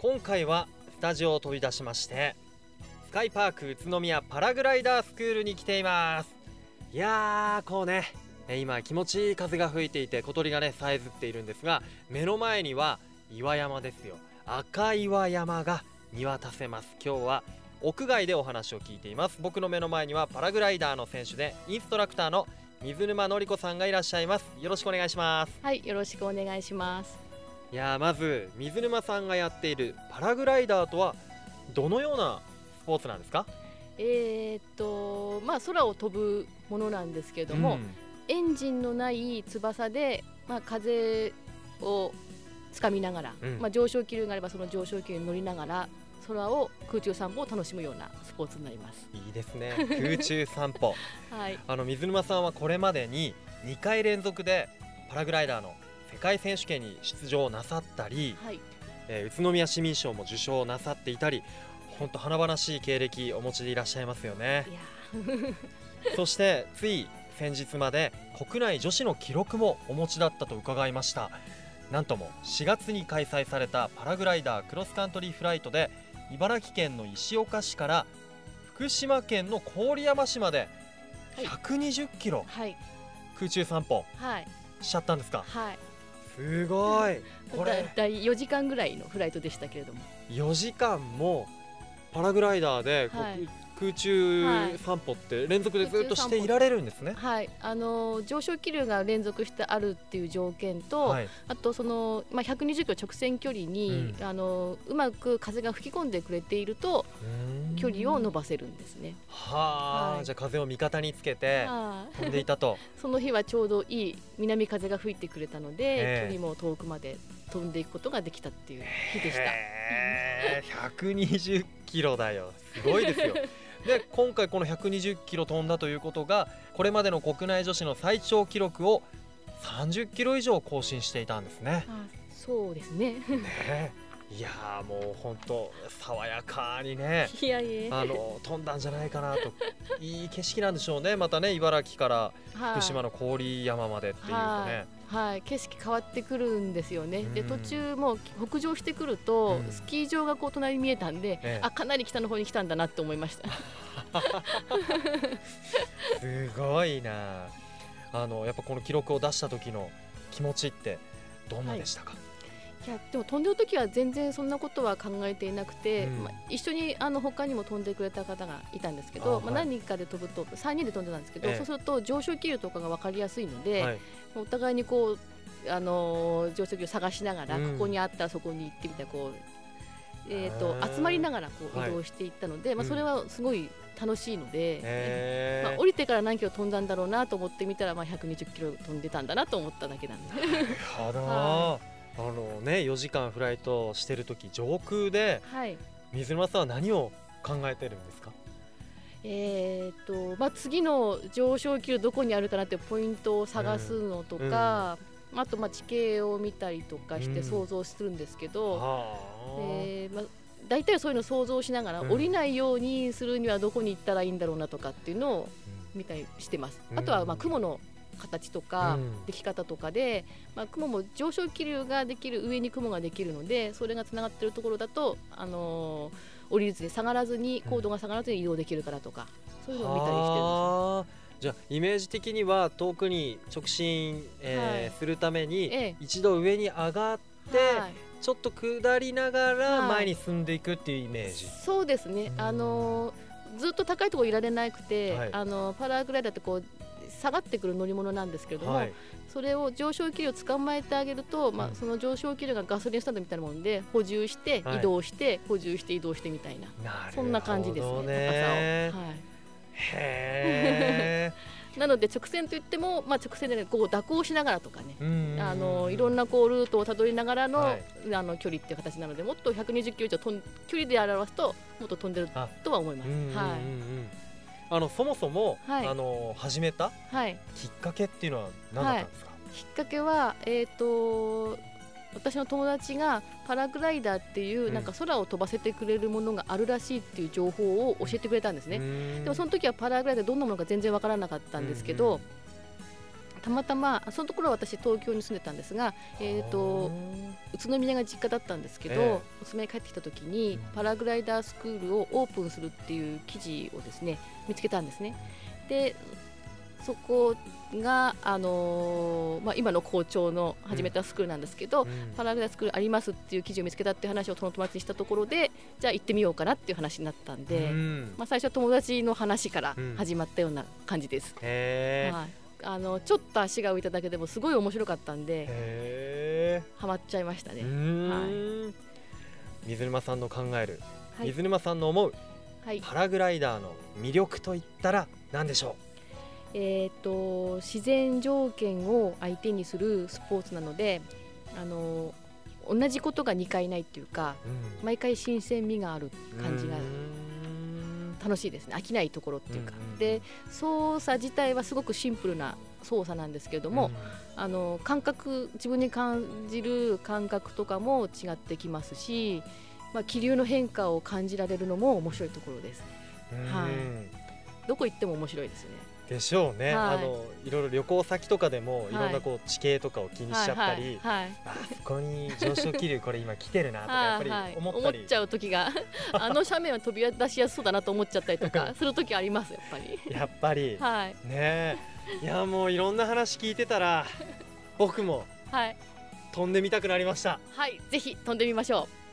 今回はスタジオを飛び出しましてスカイパーク宇都宮パラグライダースクールに来ています。いやーこうね、今気持ちいい風が吹いていて小鳥がねさえずっているんですが、目の前には岩山ですよ。赤岩山が見渡せます。今日は屋外でお話を聞いています。僕の目の前にはパラグライダーの選手でインストラクターの水沼のり子さんがいらっしゃいます。よろしくお願いします。 はい、よろしくお願いします。 いやまず水沼さんがやっているパラグライダーとはどのようなスポーツなんですか？ 空を飛ぶものなんですけれども、エンジンのない翼で、風をつかみながら、上昇気流があればその上昇気流に乗りながら空中散歩を楽しむようなスポーツになります。 いいですね、空中散歩はい、 水沼さんはこれまでに2回連続でパラグライダーの世界選手権に出場なさったり、 はい、 宇都宮市民賞も受賞なさっていたり、本当華々しい経歴お持ちでいらっしゃいますよね。そしてつい先日まで国内女子の記録もお持ちだったと伺いました。なんとも4月に開催されたパラグライダークロスカントリーフライトで茨城県の石岡市から福島県の郡山市まで120キロ、空中散歩しちゃったんですか？ はい、 すごい。これだい4時間ぐらいのフライトでしたけれども、 4時間もパラグライダーで、空中散歩って連続でずっとしていられるんですね。 はい、上昇気流が連続してあるっていう条件と、あと120キロ直線距離に、うまく風が吹き込んでくれていると距離を伸ばせるんですね。 じゃあ風を味方につけて飛んでいたとその日はちょうどいい南風が吹いてくれたので、距離も遠くまで飛んでいくことができたっていう日でした。 120キロだよ、すごいですよ。で今回この120キロ飛んだということがこれまでの国内女子の最長記録を30キロ以上更新していたんですね。 そうですね。 いやーもう本当爽やかにね飛んだんじゃないかなと。いい景色なんでしょうね。またね茨城から福島の郡山までっていうとね、 景色変わってくるんですよね。で途中も北上してくると、スキー場がこう隣に見えたんで、かなり北の方に来たんだなって思いました。 すごいな。やっぱこの記録を出した時の気持ちってどんなでしたか？ いやでも飛んでる時は全然そんなことは考えていなくて、一緒に他にも飛んでくれた方がいたんですけど、何人かで飛ぶと3人で飛んでたんですけど、そうすると上昇気流とかが分かりやすいので、お互いにこう上昇気流を探しながら、ここにあったらそこに行ってみたいな集まりながら移動していったので、それはすごい楽しいので、降りてから何キロ飛んだんだろうなと思ってみたら、120キロ飛んでたんだなと思っただけなんで。 4時間フライトしてる時上空で、水沼さんは何を考えてるんですか？ 次の上昇気流どこにあるかなっていうポイントを探すのとか、あと地形を見たりとかして想像するんですけど、だいたいそういうのを想像しながら、降りないようにするにはどこに行ったらいいんだろうなとかっていうのを見たりしてます。あとは雲の形とかでき方とかで、雲も上昇気流ができる上に雲ができるので、それがつながっているところだと降りずに下がらずに高度が下がらずに移動できるからとか、そういうのを見たりしてるんです。 じゃあイメージ的には遠くに直進、するために、一度上に上がって、ちょっと下りながら前に進んでいくっていうイメージ。 そうですね。ずっと高いところいられなくて、パラグライダーってこう下がってくる乗り物なんですけれども、それを上昇気流を捕まえてあげると、その上昇気流がガソリンスタンドみたいなもので補充して移動して、補充して移動してみたいな、そんな感じですね、高さを。なので直線といっても、直線でこう蛇行しながらとかね、いろんなルートをたどりながらの、距離っていう形なので、もっと120キロ以上距離で表すともっと飛んでるとは思います。 そもそも、始めたきっかけっていうのは何だったんですか？ きっかけは、私の友達がパラグライダーっていうなんか空を飛ばせてくれるものがあるらしいっていう情報を教えてくれたんですね。でもその時はパラグライダーどんなものか全然わからなかったんですけど、 たまたまそのところは私東京に住んでたんですが、宇都宮が実家だったんですけど、宇都宮に帰ってきた時にパラグライダースクールをオープンするっていう記事をですね見つけたんですね。でそこが、今の校長の始めたスクールなんですけど、パラグライダースクールありますっていう記事を見つけたっていう話をその友達にしたところで、じゃあ行ってみようかなっていう話になったんで、最初は友達の話から始まったような感じです。ちょっと足が浮いただけでもすごい面白かったんでハマっちゃいましたね。 水沼さんの考える、水沼さんの思う、パラグライダーの魅力といったら何でしょう？ 自然条件を相手にするスポーツなので、同じことが2回ないっていうか、毎回新鮮味がある感じが楽しいですね。飽きないところっていうか、で操作自体はすごくシンプルな操作なんですけれども、感覚、自分に感じる感覚とかも違ってきますし、気流の変化を感じられるのも面白いところです。どこ行っても面白いですよね。 でしょうね。いろいろ旅行先とかでもいろんな地形とかを気にしちゃったり、あそこに上昇気流これ今来てるなとかやっぱり思ったり思っちゃう時が斜面は飛び出しやすそうだなと思っちゃったりとかする時あります。 やっぱりね。いやもういろんな話聞いてたら僕も飛んでみたくなりました。 ぜひ飛んでみましょう。